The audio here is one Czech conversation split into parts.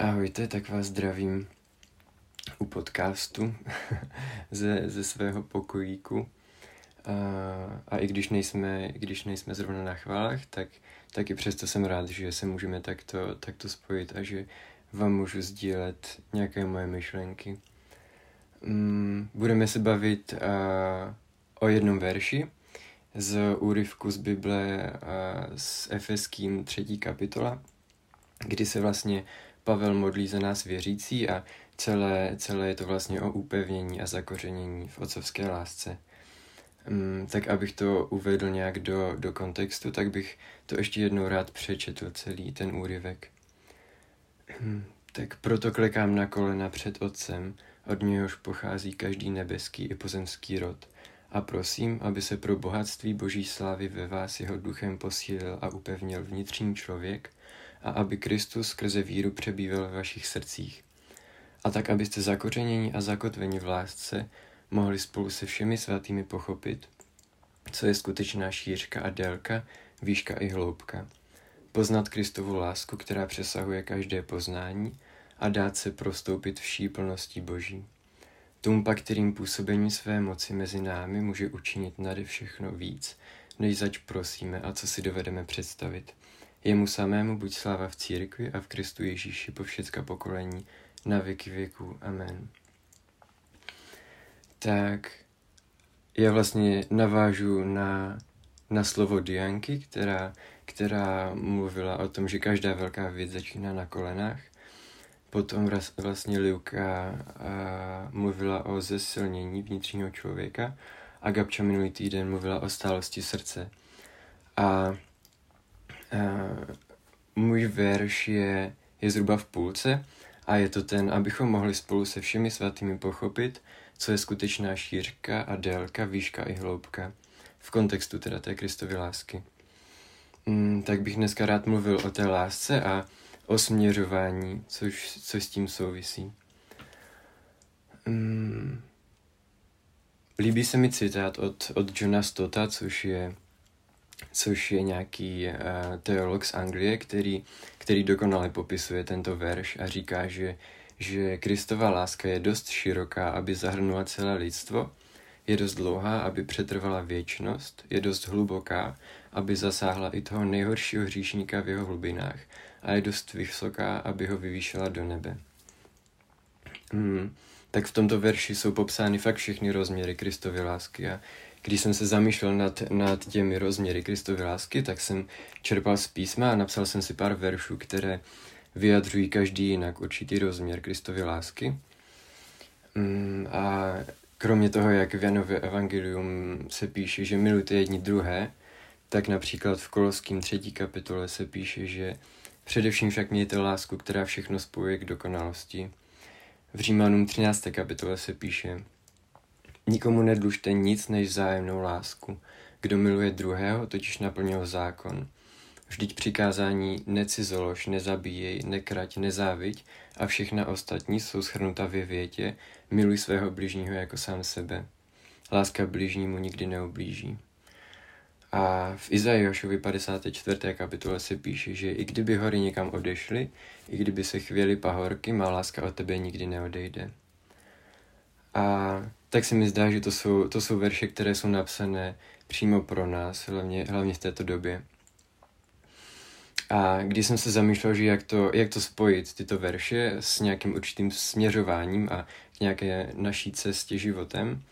Ahojte, tak vás zdravím u podcastu ze svého pokojíku. A i když nejsme zrovna na chválách, tak i přesto jsem rád, že se můžeme takto spojit a že vám můžu sdílet nějaké moje myšlenky. Budeme se bavit o jednom verši z úryvku z Bible s Efeským 3. kapitola, kdy se vlastně Pavel modlí za nás věřící a celé je to vlastně o upevnění a zakořenění v otcovské lásce. Tak abych to uvedl nějak do kontextu, tak bych to ještě jednou rád přečetl celý ten úryvek. Tak proto klekám na kolena před Otcem, od něhož pochází každý nebeský i pozemský rod. A prosím, aby se pro bohatství Boží slávy ve vás jeho duchem posílil a upevnil vnitřní člověk, a aby Kristus skrze víru přebýval ve vašich srdcích. A tak, abyste zakořeněni a zakotveni v lásce mohli spolu se všemi svatými pochopit, co je skutečná šířka a délka, výška i hloubka. Poznat Kristovu lásku, která přesahuje každé poznání, a dát se prostoupit vší plností Boží. Tomu pak, kterým působením své moci mezi námi může učinit nade všechno víc, než zač prosíme a co si dovedeme představit. Jemu samému buď sláva v církvi a v Kristu Ježíši po všecka pokolení, na věky věků. Amen. Tak já vlastně navážu na slovo Dianky, která mluvila o tom, že každá velká věc začíná na kolenách. Potom vlastně Livka mluvila o zesilnění vnitřního člověka a Gabča minulý týden mluvila o stálosti srdce. A můj verš je zhruba v půlce a je to ten, abychom mohli spolu se všemi svatými pochopit, co je skutečná šířka a délka, výška i hloubka, v kontextu teda té Kristovy lásky. Tak bych dneska rád mluvil o té lásce a o směřování, což s tím souvisí. Líbí se mi citát od Johna Stotta, což je nějaký teolog z Anglie, který dokonale popisuje tento verš a říká, že Kristova láska je dost široká, aby zahrnula celé lidstvo, je dost dlouhá, aby přetrvala věčnost, je dost hluboká, aby zasáhla i toho nejhoršího hříšníka v jeho hlubinách a je dost vysoká, aby ho vyvýšila do nebe. Tak v tomto verši jsou popsány fakt všechny rozměry Kristovy lásky a když jsem se zamýšlel nad těmi rozměry Kristovy lásky, tak jsem čerpal z písma a napsal jsem si pár veršů, které vyjadřují každý jinak určitý rozměr Kristovy lásky. A kromě toho, jak v Janově evangelium se píše, že milujte jedni druhé, tak například v Koloským 3. kapitole se píše, že především však mějte lásku, která všechno spojuje k dokonalosti. V Římanům 13. kapitole se píše: Nikomu nedlužte nic než vzájemnou lásku. Kdo miluje druhého, totiž naplnil zákon. Vždyť přikázání necizolož, nezabíjej, nekrať, nezáviď a všechna ostatní jsou shrnuta ve větě: miluj svého bližního jako sám sebe. Láska bližnímu nikdy neublíží. A v Izajášovi 54. kapitole se píše, že i kdyby hory někam odešly, i kdyby se chvěly pahorky, má láska od tebe nikdy neodejde. A tak se mi zdá, že to jsou verše, které jsou napsané přímo pro nás, hlavně v této době. A když jsem se zamýšlel, že jak to spojit, tyto verše, s nějakým určitým směřováním a k nějaké naší cestě životem,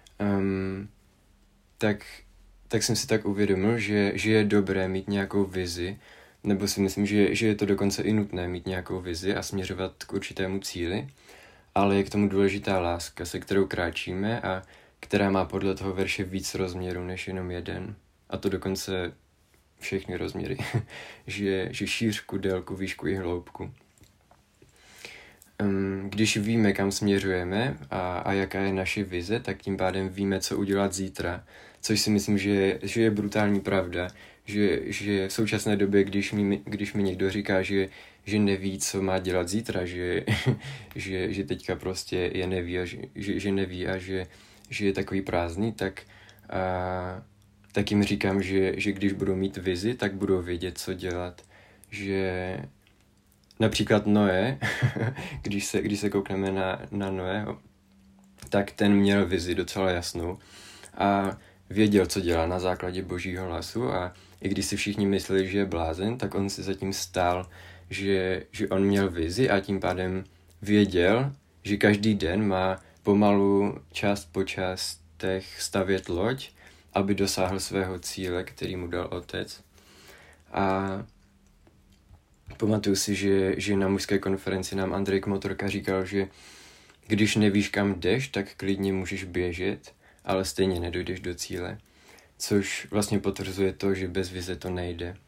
tak jsem si tak uvědomil, že je dobré mít nějakou vizi, nebo si myslím, že je to dokonce i nutné mít nějakou vizi a směřovat k určitému cíli, ale je k tomu důležitá láska, se kterou kráčíme a která má podle toho verše víc rozměrů než jenom jeden. A to dokonce všechny rozměry. že šířku, délku, výšku i hloubku. Když víme, kam směřujeme a jaká je naše vize, tak tím pádem víme, co udělat zítra. Což si myslím, že je brutální pravda. Že v současné době, když mi někdo říká, že neví, co má dělat zítra, že teďka prostě je neví a že neví a že je takový prázdný, tak jim říkám, že když budou mít vizi, tak budou vědět, co dělat. například Noé, když se koukneme na Noého, tak ten měl vizi docela jasnou a věděl, co dělá na základě božího hlasu a i když si všichni mysleli, že je blázen, tak on si zatím stál, že on měl vizi a tím pádem věděl, že každý den má pomalu část po částech stavět loď, aby dosáhl svého cíle, který mu dal otec. A pamatuju si, že na mužské konferenci nám Andrej Kmotorka říkal, že když nevíš, kam jdeš, tak klidně můžeš běžet, ale stejně nedojdeš do cíle. Což vlastně potvrzuje to, že bez vize to nejde.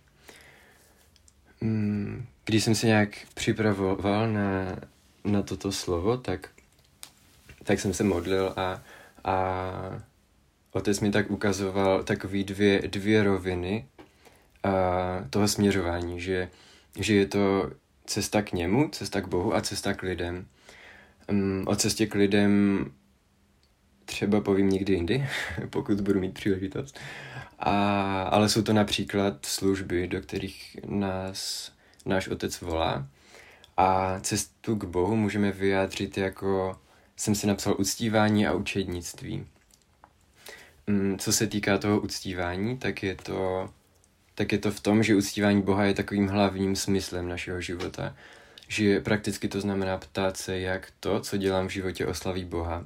Když jsem se nějak připravoval na toto slovo, tak jsem se modlil a otec mi tak ukazoval takový dvě roviny toho směřování, že je to cesta k němu, cesta k Bohu a cesta k lidem. O cestě k lidem třeba povím někdy jindy, pokud budu mít příležitost. Ale jsou to například služby, do kterých nás náš otec volá. A cestu k Bohu můžeme vyjádřit jako, jsem si napsal, uctívání a učednictví. Co se týká toho uctívání, tak je to v tom, že uctívání Boha je takovým hlavním smyslem našeho života. Že prakticky to znamená ptát se, jak to, co dělám v životě, oslaví Boha.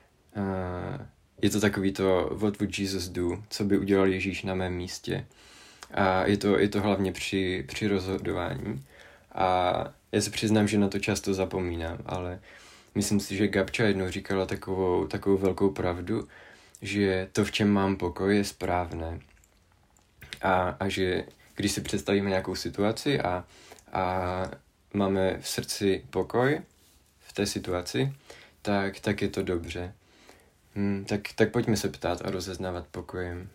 Je to takový to what would Jesus do, co by udělal Ježíš na mém místě. A je to hlavně při rozhodování. A já se přiznám, že na to často zapomínám, ale myslím si, že Gabča jednou říkala takovou velkou pravdu, že to, v čem mám pokoj, je správné. A že když si představíme nějakou situaci a máme v srdci pokoj v té situaci, tak je to dobře. Tak pojďme se ptát a rozeznávat pokojem.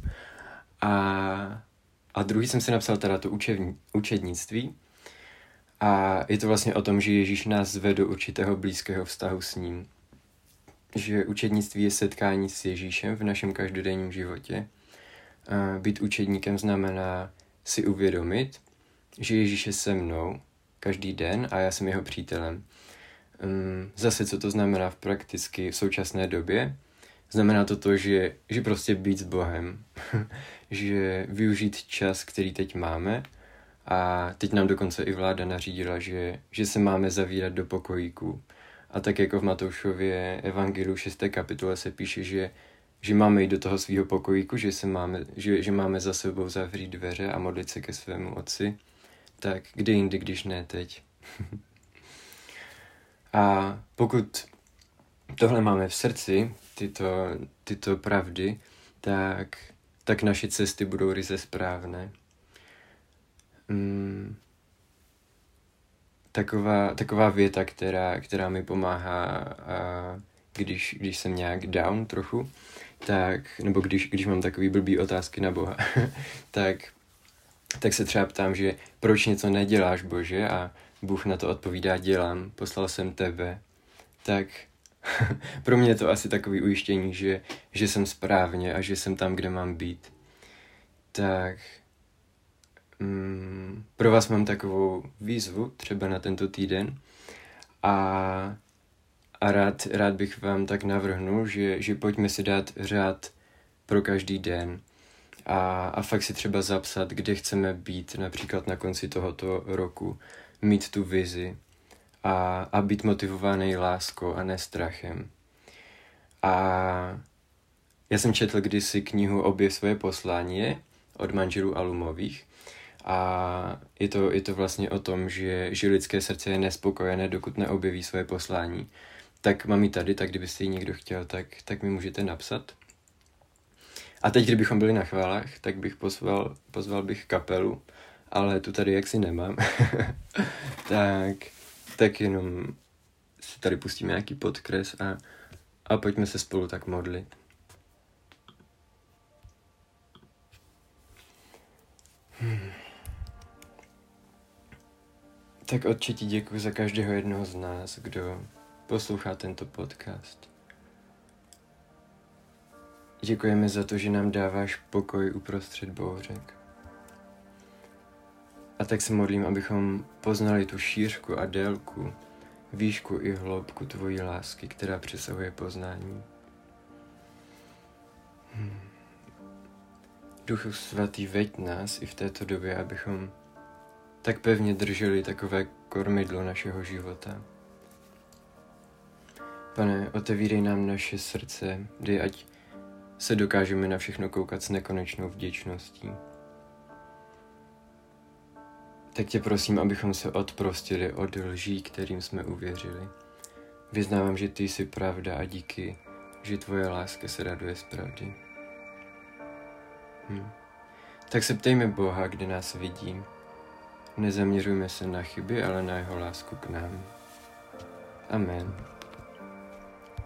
A druhý jsem si napsal teda to učednictví. A je to vlastně o tom, že Ježíš nás zvede do určitého blízkého vztahu s ním. Že učednictví je setkání s Ježíšem v našem každodenním životě. Být učedníkem znamená si uvědomit, že Ježíš je se mnou každý den a já jsem jeho přítelem. Zase, co to znamená prakticky v současné době? Znamená to, že prostě být s Bohem. Že využít čas, který teď máme. A teď nám dokonce i vláda nařídila, že se máme zavírat do pokojíků. A tak jako v Matoušově evangeliu 6. kapitole se píše, že máme jít do toho svého pokojíku, že máme za sebou zavřít dveře a modlit se ke svému otci. Tak kde jindy, když ne teď. A pokud tohle máme v srdci, tyto pravdy, tak naše cesty budou ryze správné. Taková věta, která mi pomáhá, když jsem nějak down trochu, nebo když mám takový blbý otázky na Boha, tak se třeba ptám, že proč něco neděláš, Bože, a Bůh na to odpovídá, dělám, poslal jsem tebe. Tak pro mě je to asi takový ujištění, že jsem správně a že jsem tam, kde mám být. Tak pro vás mám takovou výzvu, třeba na tento týden, a rád bych vám tak navrhnul, že pojďme si dát řád pro každý den a fakt si třeba zapsat, kde chceme být například na konci tohoto roku, mít tu vizi a být motivovaný láskou a ne strachem. A já jsem četl kdysi knihu Objev svoje poslání od manželů Alumových a je to vlastně o tom, že lidské srdce je nespokojené, dokud neobjeví svoje poslání. Tak mám ji tady, tak kdybyste ji někdo chtěl, tak mi můžete napsat. A teď, kdybychom byli na chválách, tak bych pozval bych kapelu, ale tu tady jaksi nemám. tak jenom si tady pustíme nějaký podkres a pojďme se spolu tak modlit. Tak Otče, ti děkuji za každého jednoho z nás, kdo poslouchá tento podcast. Děkujeme za to, že nám dáváš pokoj uprostřed bouřek. A tak se modlím, abychom poznali tu šířku a délku, výšku i hloubku tvojí lásky, která přesahuje poznání. Duchu svatý, veď nás i v této době, abychom tak pevně drželi takové kormidlo našeho života. Pane, otevírej nám naše srdce, dej, ať se dokážeme na všechno koukat s nekonečnou vděčností. Tak tě prosím, abychom se odprostili od lží, kterým jsme uvěřili. Vyznávám, že ty jsi pravda a díky, že tvoje láska se raduje z pravdy. Tak se ptejme Boha, kde nás vidí. Nezaměřujme se na chyby, ale na jeho lásku k nám. Amen.